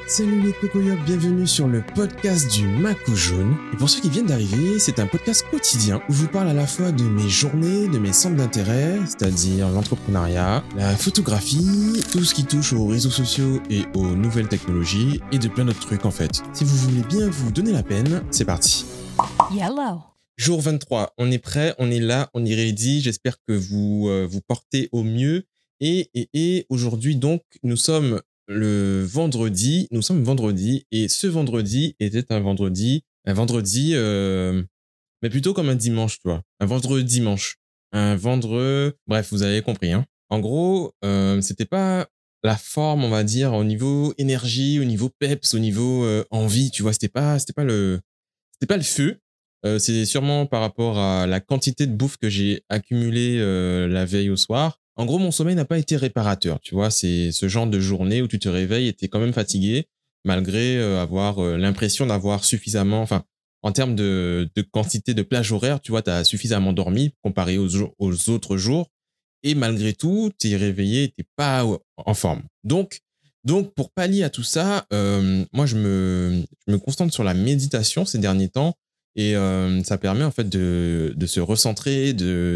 Salut les cocoyocs, bienvenue sur le podcast du Macou Jaune. Et pour ceux qui viennent d'arriver, c'est un podcast quotidien où je vous parle à la fois de mes journées, de mes centres d'intérêt, c'est-à-dire l'entrepreneuriat, la photographie, tout ce qui touche aux réseaux sociaux et aux nouvelles technologies et de plein d'autres trucs en fait. Si vous voulez bien vous donner la peine, c'est parti. Yellow. Jour 23, on est prêt, on est là, on est ready. J'espère que vous vous portez au mieux. Et aujourd'hui donc, nous sommes vendredi et ce vendredi était un vendredi, mais plutôt comme un dimanche, tu vois. Un vendredi-dimanche. Bref, vous avez compris, hein. En gros, c'était pas la forme, on va dire, au niveau énergie, au niveau peps, au niveau envie, tu vois. C'était pas le feu. C'est sûrement par rapport à la quantité de bouffe que j'ai accumulée la veille au soir. En gros, mon sommeil n'a pas été réparateur, tu vois. C'est ce genre de journée où tu te réveilles et t'es quand même fatigué, malgré avoir l'impression d'avoir suffisamment... Enfin, en termes de quantité de plage horaire, tu vois, tu as suffisamment dormi comparé aux autres jours. Et malgré tout, tu es réveillé, tu n'es pas en forme. Donc, pour pallier à tout ça, moi, je me concentre sur la méditation ces derniers temps. Et ça permet en fait de se recentrer,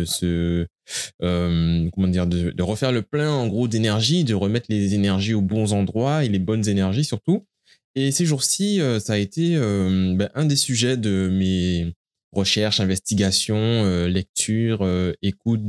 de refaire le plein en gros d'énergie, de remettre les énergies aux bons endroits et les bonnes énergies surtout. Et ces jours-ci, ça a été un des sujets de mes recherches, investigations, lectures, écoute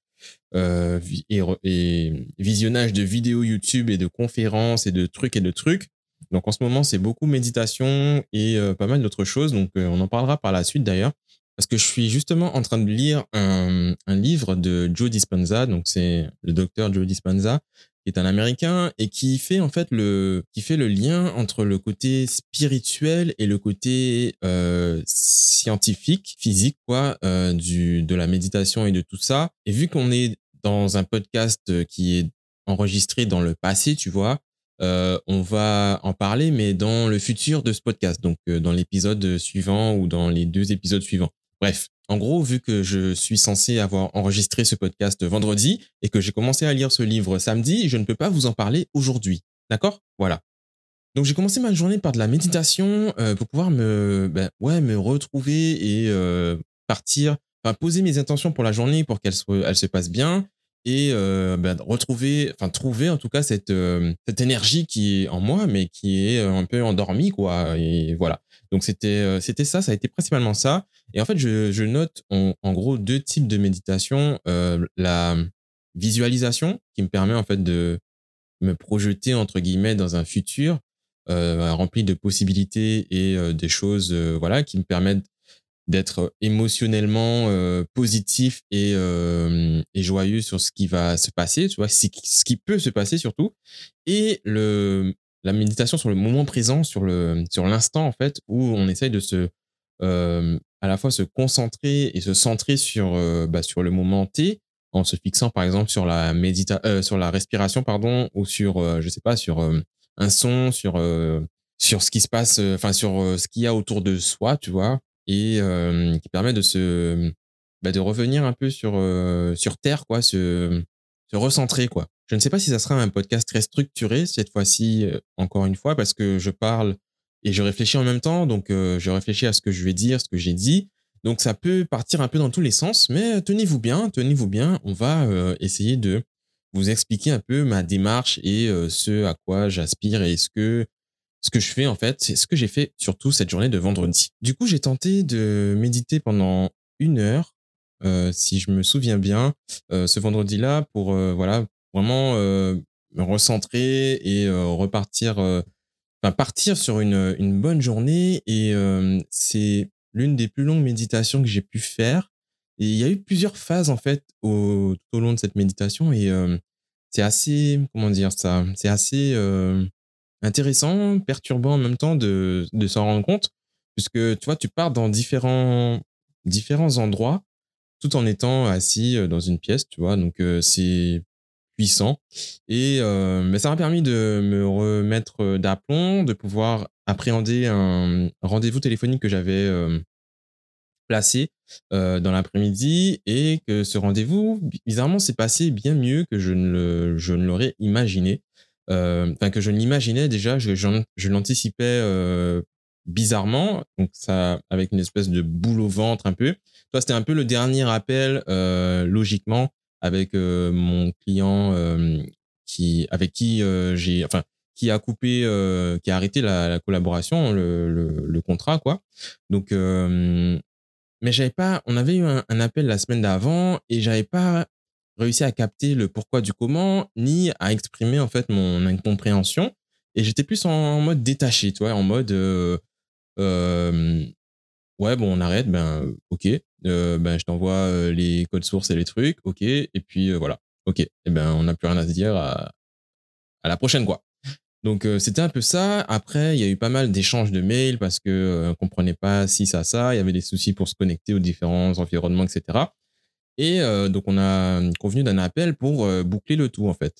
et visionnage de vidéos YouTube et de conférences et de trucs. Donc en ce moment, c'est beaucoup méditation et pas mal d'autres choses. Donc on en parlera par la suite d'ailleurs. Parce que je suis justement en train de lire un livre de Joe Dispenza. Donc c'est le docteur Joe Dispenza, qui est un Américain et qui fait en fait qui fait le lien entre le côté spirituel et le côté scientifique, physique, quoi, de la méditation et de tout ça. Et vu qu'on est dans un podcast qui est enregistré dans le passé, tu vois, on va en parler, mais dans le futur de ce podcast, donc dans l'épisode suivant ou dans les 2 épisodes suivants. Bref, en gros, vu que je suis censé avoir enregistré ce podcast vendredi et que j'ai commencé à lire ce livre samedi, je ne peux pas vous en parler aujourd'hui. D'accord ? Voilà. Donc j'ai commencé ma journée par de la méditation pour pouvoir me retrouver et poser mes intentions pour la journée pour elle se passe bien et trouver en tout cas cette énergie qui est en moi mais qui est un peu endormie quoi et voilà. Donc c'était ça a été principalement ça et en fait je note en gros 2 types de méditation, la visualisation qui me permet en fait de me projeter entre guillemets dans un futur rempli de possibilités et des choses voilà qui me permettent d'être émotionnellement positif et joyeux sur ce qui va se passer, tu vois, ce qui peut se passer surtout, et la méditation sur le moment présent, sur l'instant en fait, où on essaye de à la fois se concentrer et se centrer sur le moment T, en se fixant par exemple sur la respiration pardon, ou sur je sais pas sur un son, sur ce qui se passe, sur ce qu'il y a autour de soi, tu vois, et qui permet de revenir un peu sur terre, quoi, se recentrer, quoi. Je ne sais pas si ça sera un podcast très structuré cette fois-ci, encore une fois, parce que je parle et je réfléchis en même temps. Donc, je réfléchis à ce que je vais dire, ce que j'ai dit. Donc, ça peut partir un peu dans tous les sens, mais tenez-vous bien, tenez-vous bien. On va essayer de vous expliquer un peu ma démarche et ce à quoi j'aspire et ce que je fais en fait, c'est ce que j'ai fait surtout cette journée de vendredi. Du coup, j'ai tenté de méditer pendant 1 heure, si je me souviens bien, ce vendredi-là pour voilà, vraiment me recentrer et partir sur une bonne journée. Et c'est l'une des plus longues méditations que j'ai pu faire. Et il y a eu plusieurs phases en fait tout au long de cette méditation et c'est assez, comment dire ça, c'est assez intéressant, perturbant en même temps de s'en rendre compte, puisque tu vois, tu pars dans différents endroits tout en étant assis dans une pièce, tu vois, donc c'est puissant. Et mais ça m'a permis de me remettre d'aplomb, de pouvoir appréhender un rendez-vous téléphonique que j'avais placé dans l'après-midi et que ce rendez-vous, bizarrement, s'est passé bien mieux que je ne l'aurais imaginé. enfin que je l'imaginais déjà, je l'anticipais bizarrement, donc ça avec une espèce de boule au ventre un peu. Toi, c'était un peu le dernier appel logiquement avec mon client avec qui j'ai enfin qui a coupé qui a arrêté la collaboration, le contrat quoi. Donc mais j'avais pas on avait eu un appel la semaine d'avant et j'avais pas réussi à capter le pourquoi du comment, ni à exprimer en fait mon incompréhension. Et j'étais plus en mode détaché, tu vois, en mode euh, ouais, bon, on arrête, ben ok, ben je t'envoie les codes sources et les trucs, ok, et puis voilà, ok, et ben on n'a plus rien à se dire à la prochaine quoi. Donc c'était un peu ça. Après, il y a eu pas mal d'échanges de mails parce que on comprenait pas si ça, il y avait des soucis pour se connecter aux différents environnements, etc. Et donc on a convenu d'un appel pour boucler le tout en fait,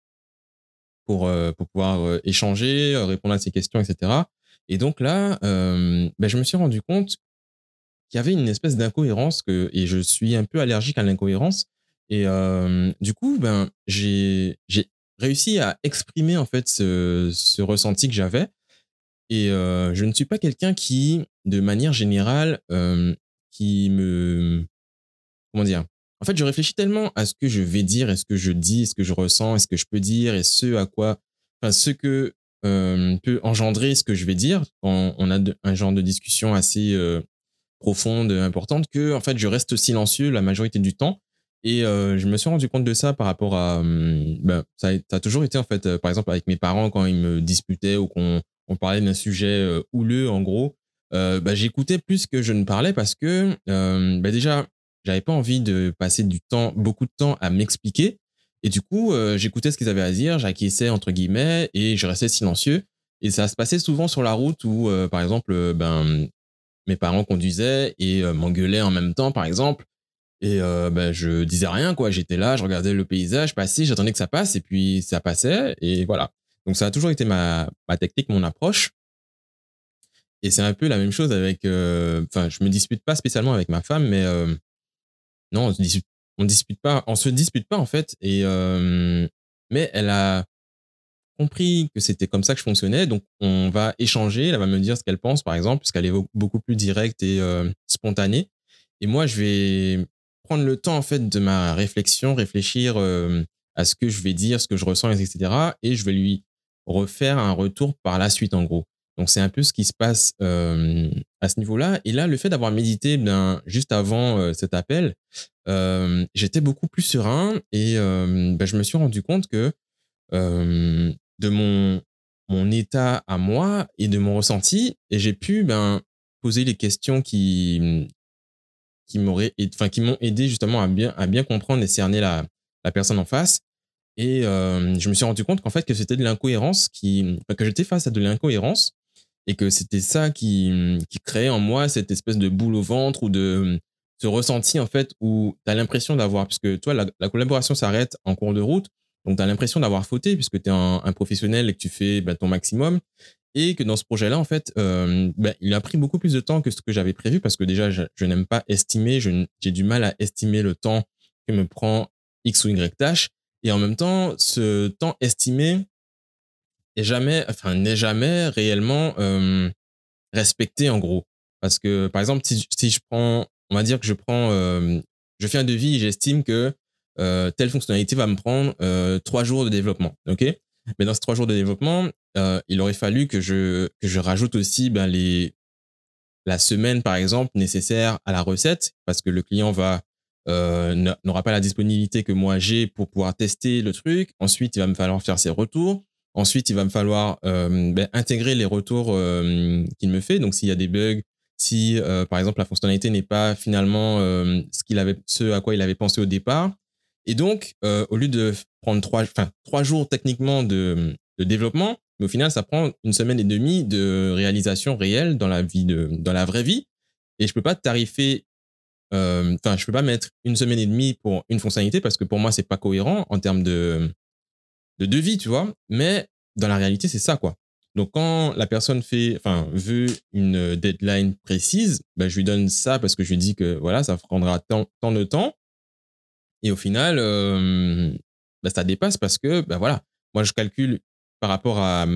pour pouvoir échanger, répondre à ces questions, etc. Et donc là, ben, je me suis rendu compte qu'il y avait une espèce d'incohérence et je suis un peu allergique à l'incohérence. Et du coup, ben, j'ai réussi à exprimer en fait ce ressenti que j'avais. Et je ne suis pas quelqu'un qui, de manière générale, qui me comment dire? En fait, je réfléchis tellement à ce que je vais dire et ce que je dis, et ce que je ressens, et ce que je peux dire, et ce à quoi, enfin, ce que peut engendrer ce que je vais dire quand on a un genre de discussion assez profonde, importante, que en fait, je reste silencieux la majorité du temps. Et je me suis rendu compte de ça par rapport à, ben, ça a toujours été en fait, par exemple avec mes parents quand ils me disputaient ou qu'on on parlait d'un sujet houleux, en gros, bah, j'écoutais plus que je ne parlais parce que bah, déjà j'avais pas envie de passer beaucoup de temps à m'expliquer. Et du coup, j'écoutais ce qu'ils avaient à dire, j'acquiesçais entre guillemets et je restais silencieux. Et ça se passait souvent sur la route où, par exemple, ben, mes parents conduisaient et m'engueulaient en même temps, par exemple. Et ben, je disais rien, quoi. J'étais là, je regardais le paysage passer, j'attendais que ça passe et puis ça passait et voilà. Donc ça a toujours été ma technique, mon approche. Et c'est un peu la même chose avec, enfin, je me dispute pas spécialement avec ma femme, mais non, on se dispute pas en fait. Et mais elle a compris que c'était comme ça que je fonctionnais, donc on va échanger. Elle va me dire ce qu'elle pense, par exemple, puisqu'elle est beaucoup plus directe et spontanée. Et moi, je vais prendre le temps en fait de ma réflexion, réfléchir à ce que je vais dire, ce que je ressens, etc. Et je vais lui refaire un retour par la suite, en gros. Donc c'est un peu ce qui se passe à ce niveau-là. Et là, le fait d'avoir médité ben, juste avant cet appel, j'étais beaucoup plus serein et ben, je me suis rendu compte que de mon état à moi et de mon ressenti, et j'ai pu ben, poser les questions qui m'ont aidé justement à bien comprendre et cerner la personne en face. Et je me suis rendu compte qu'en fait que c'était de l'incohérence enfin, que j'étais face à de l'incohérence et que c'était ça qui créait en moi cette espèce de boule au ventre ou de ce ressenti en fait où tu as l'impression d'avoir, puisque toi la collaboration s'arrête en cours de route, donc tu as l'impression d'avoir fauté puisque tu es un professionnel et que tu fais bah, ton maximum. Et que dans ce projet-là, en fait, bah, il a pris beaucoup plus de temps que ce que j'avais prévu parce que déjà, je n'aime pas estimer, j'ai du mal à estimer le temps que me prend X ou Y tâche. Et en même temps, ce temps estimé n'est jamais réellement respecté en gros. Parce que, par exemple, si je prends, on va dire que je fais un devis et j'estime que telle fonctionnalité va me prendre 3 jours de développement. OK? Mais dans ces 3 jours de développement, il aurait fallu que je rajoute aussi ben, la semaine, par exemple, nécessaire à la recette parce que le client n'aura pas la disponibilité que moi j'ai pour pouvoir tester le truc. Ensuite, il va me falloir faire ses retours. Ensuite, il va me falloir ben, intégrer les retours qu'il me fait. Donc, s'il y a des bugs, si par exemple la fonctionnalité n'est pas finalement ce à quoi il avait pensé au départ. Et donc, au lieu de prendre 3 jours techniquement de développement, mais au final, ça prend une semaine et demie de réalisation réelle dans la vraie vie. Et je peux pas tarifer, enfin, je peux pas mettre une semaine et demie pour une fonctionnalité parce que pour moi, c'est pas cohérent en termes de devis, tu vois. Mais dans la réalité, c'est ça, quoi. Donc, quand la personne veut une deadline précise, ben, je lui donne ça parce que je lui dis que voilà, ça prendra tant de temps. Et au final, bah, ça dépasse parce que, bah, voilà, moi, je calcule par rapport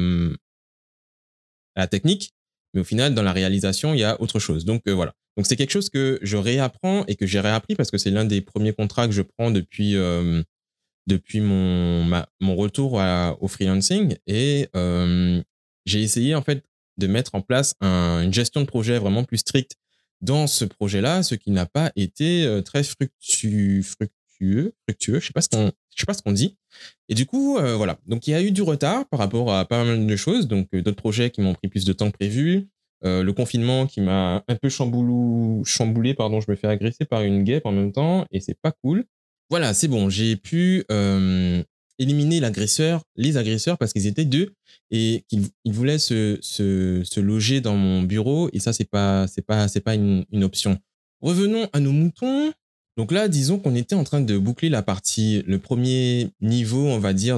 à la technique, mais au final, dans la réalisation, il y a autre chose. Donc, voilà. Donc, c'est quelque chose que je réapprends et que j'ai réappris parce que c'est l'un des premiers contrats que je prends depuis mon retour au freelancing. Et j'ai essayé, en fait, de mettre en place une gestion de projet vraiment plus stricte dans ce projet-là, ce qui n'a pas été très fructueux. Je sais pas ce qu'on dit. Et du coup, voilà. Donc, il y a eu du retard par rapport à pas mal de choses. Donc, d'autres projets qui m'ont pris plus de temps que prévu. Le confinement qui m'a un peu chamboulé, pardon, je me fais agresser par une guêpe en même temps et c'est pas cool. Voilà, c'est bon, j'ai pu éliminer les agresseurs parce qu'ils étaient deux et qu'ils ils voulaient se loger dans mon bureau et ça, c'est pas une option. Revenons à nos moutons. Donc là, disons qu'on était en train de boucler le premier niveau, on va dire,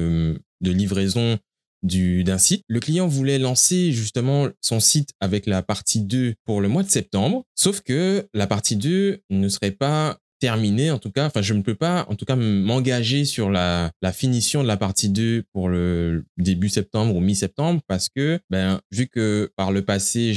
de livraison d'un site. Le client voulait lancer justement son site avec la partie 2 pour le mois de septembre, sauf que la partie 2 ne serait pas terminée, en tout cas. Enfin, je ne peux pas, en tout cas, m'engager sur la finition de la partie 2 pour le début septembre ou mi-septembre parce que, vu que par le passé,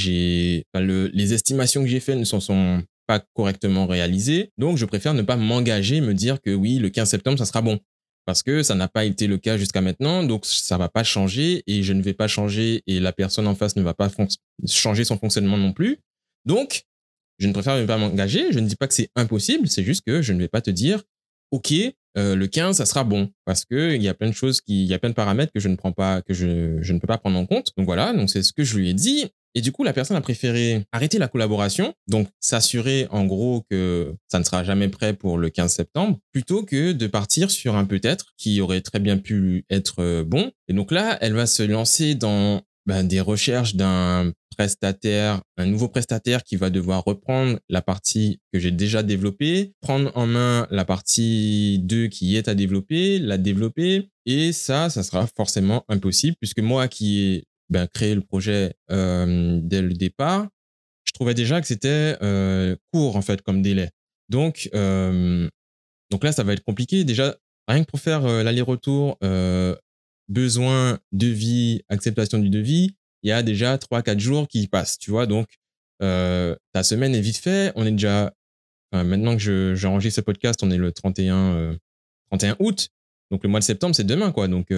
les estimations que j'ai faites ne sont pas correctement réalisées, donc je préfère ne pas m'engager, me dire que oui, le 15 septembre, ça sera bon parce que ça n'a pas été le cas jusqu'à maintenant, donc ça va pas changer et je ne vais pas changer et la personne en face ne va pas changer son fonctionnement non plus. Donc, je ne préfère ne pas m'engager. Je ne dis pas que c'est impossible, c'est juste que je ne vais pas te dire, OK, le 15, ça sera bon, parce qu'il y a plein de choses, il y a plein de paramètres que je ne prends pas, que je ne peux pas prendre en compte. Donc voilà, donc c'est ce que je lui ai dit. Et du coup, la personne a préféré arrêter la collaboration, donc s'assurer en gros que ça ne sera jamais prêt pour le 15 septembre, plutôt que de partir sur un peut-être qui aurait très bien pu être bon. Et donc là, elle va se lancer dans des recherches d'un nouveau prestataire qui va devoir reprendre la partie que j'ai déjà développée, prendre en main la partie 2 qui est à développer, la développer. Et ça sera forcément impossible puisque moi qui ai créé le projet dès le départ, je trouvais déjà que c'était court en fait comme délai. Donc là, ça va être compliqué. Déjà, rien que pour faire l'aller-retour, besoin, devis, acceptation du devis, il y a déjà 3-4 jours qui passent, tu vois. Donc, ta semaine est vite fait. On est déjà, enfin, maintenant que j'enregistre ce podcast, on est le 31 août. Donc, le mois de septembre, c'est demain, quoi. Donc,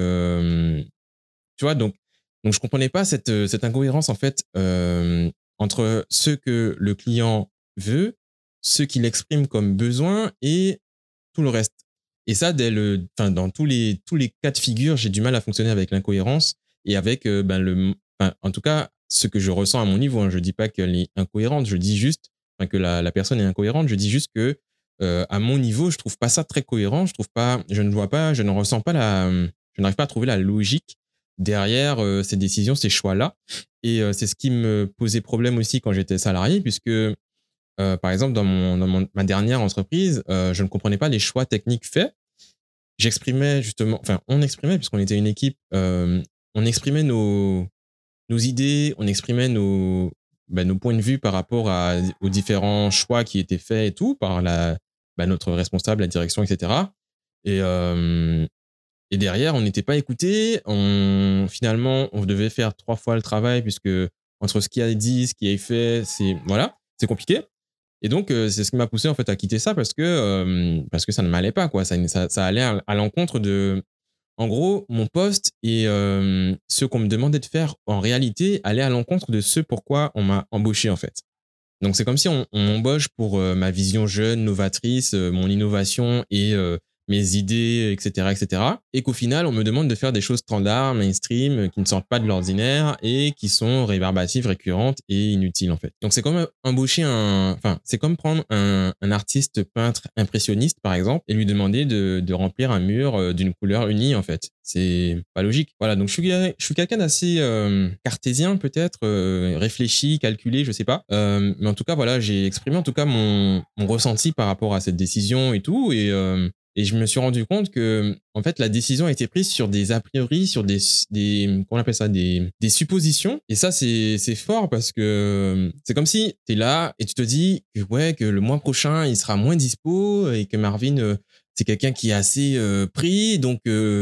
tu vois, donc je comprenais pas cette incohérence, en fait, entre ce que le client veut, ce qu'il exprime comme besoin et tout le reste. Et ça, dans tous les cas de figure, j'ai du mal à fonctionner avec l'incohérence et avec en tout cas, ce que je ressens à mon niveau. Hein. Je dis pas qu'elle est incohérente, je dis juste que la personne est incohérente. Je dis juste que à mon niveau, je trouve pas ça très cohérent. Je ne vois pas, je ne ressens pas je n'arrive pas à trouver la logique derrière ces décisions, ces choix-là. Et c'est ce qui me posait problème aussi quand j'étais salarié, puisque par exemple, ma dernière entreprise, je ne comprenais pas les choix techniques faits. J'exprimais justement, enfin, on exprimait, puisqu'on était une équipe, on exprimait nos idées, on exprimait nos points de vue par rapport aux différents choix qui étaient faits et tout, par notre responsable, la direction, etc. Et, et derrière, on n'était pas écouté. Finalement, on devait faire 3 fois le travail, puisque entre ce qui a dit, ce qui est fait, c'est compliqué. Et donc, c'est ce qui m'a poussé en fait à quitter ça parce que ça ne m'allait pas, quoi. Ça allait à l'encontre de, en gros, mon poste et ce qu'on me demandait de faire en réalité allait à l'encontre de ce pourquoi on m'a embauché en fait. Donc c'est comme si on m'embauche pour ma vision jeune, novatrice, mon innovation et mes idées, etc., etc. Et qu'au final, on me demande de faire des choses standards, mainstream, qui ne sortent pas de l'ordinaire et qui sont rébarbatives, récurrentes et inutiles en fait. Donc c'est comme c'est comme prendre un artiste peintre impressionniste par exemple et lui demander de remplir un mur d'une couleur unie en fait. C'est pas logique. Voilà, donc je suis quelqu'un d'assez cartésien peut-être, réfléchi, calculé, je sais pas. Mais en tout cas, voilà, j'ai exprimé en tout cas mon ressenti par rapport à cette décision et tout. Et je me suis rendu compte que, en fait, la décision a été prise sur des a priori, sur comment on appelle ça, des suppositions. Et ça, c'est fort parce que c'est comme si tu es là et tu te dis que, ouais, que le mois prochain, il sera moins dispo et que Marvin, c'est quelqu'un qui est assez pris. Donc,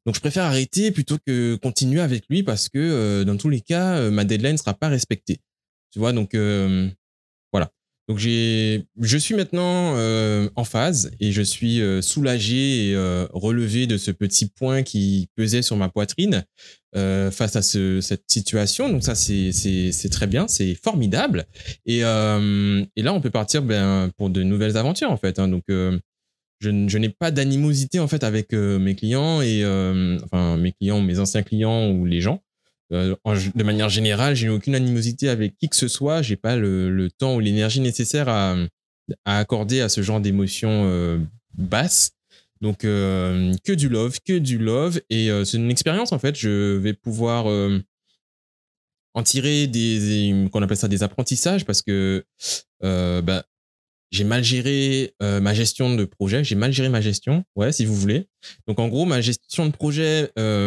Donc, je préfère arrêter plutôt que continuer avec lui parce que dans tous les cas, ma deadline ne sera pas respectée. Tu vois, donc voilà. Donc, je suis maintenant en phase et je suis soulagé et relevé de ce petit point qui pesait sur ma poitrine face à cette situation. Donc, ça, c'est très bien, c'est formidable. Et là, on peut partir pour de nouvelles aventures, en fait. Hein. Donc, je n'ai pas d'animosité en fait avec mes clients et enfin mes clients, mes anciens clients ou les gens. De manière générale, j'ai aucune animosité avec qui que ce soit. J'ai pas le temps ou l'énergie nécessaire à accorder à ce genre d'émotions basses. Donc que du love, que du love. Et c'est une expérience en fait. Je vais pouvoir en tirer qu'on appelle ça des apprentissages parce que bah, j'ai mal géré ma gestion de projet. J'ai mal géré ma gestion, ouais, si vous voulez. Donc, en gros, ma gestion de projet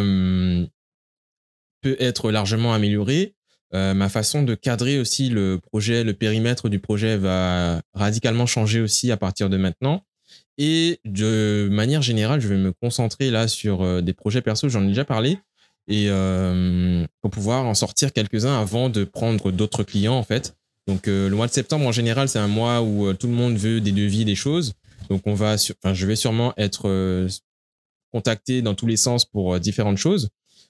peut être largement améliorée. Ma façon de cadrer aussi le projet, le périmètre du projet va radicalement changer aussi à partir de maintenant. Et de manière générale, je vais me concentrer là sur des projets perso, j'en ai déjà parlé, et pour pouvoir en sortir quelques-uns avant de prendre d'autres clients en fait. Donc le mois de septembre en général, c'est un mois où tout le monde veut des devis, des choses. Donc je vais sûrement être contacté dans tous les sens pour différentes choses.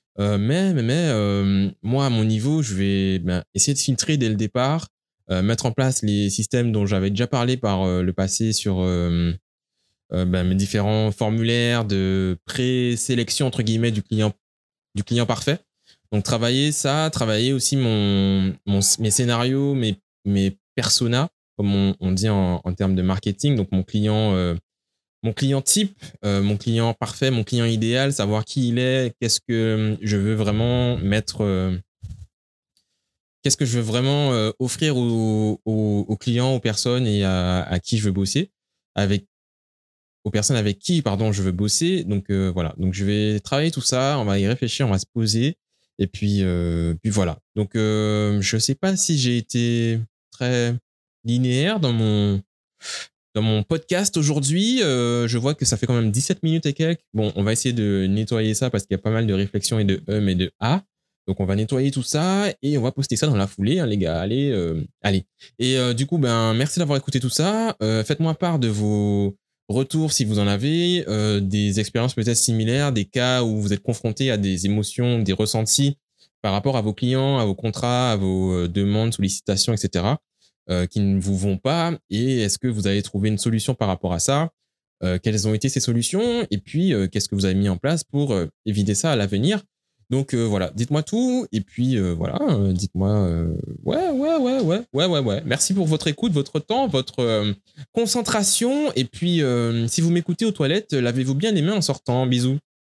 Mais moi, à mon niveau, je vais essayer de filtrer dès le départ, mettre en place les systèmes dont j'avais déjà parlé par le passé sur mes différents formulaires de présélection entre guillemets du client parfait. Donc travailler aussi mes scénarios, mes personas, comme on dit en termes de marketing. Donc mon client type, mon client parfait, mon client idéal, savoir qui il est, qu'est-ce que je veux vraiment qu'est-ce que je veux vraiment offrir aux clients, aux personnes et à qui je veux bosser, aux personnes avec qui, pardon, je veux bosser. Donc voilà. Donc je vais travailler tout ça, on va y réfléchir, on va se poser. Et puis voilà. Donc je sais pas si j'ai été très linéaire dans mon podcast aujourd'hui. Je vois que ça fait quand même 17 minutes et quelques. Bon, on va essayer de nettoyer ça parce qu'il y a pas mal de réflexions et de et de a. Donc on va nettoyer tout ça et on va poster ça dans la foulée, hein, les gars. Allez. Et du coup, merci d'avoir écouté tout ça. Faites-moi part de vos retours si vous en avez, des expériences peut-être similaires, des cas où vous êtes confronté à des émotions, des ressentis par rapport à vos clients, à vos contrats, à vos demandes, sollicitations, etc. Qui ne vous vont pas. Et est-ce que vous avez trouvé une solution par rapport à ça? Quelles ont été ces solutions? Et puis, qu'est-ce que vous avez mis en place pour éviter ça à l'avenir? Donc voilà, dites-moi tout. Et puis voilà, dites-moi. Ouais. Merci pour votre écoute, votre temps, votre concentration. Et puis, si vous m'écoutez aux toilettes, lavez-vous bien les mains en sortant. Bisous.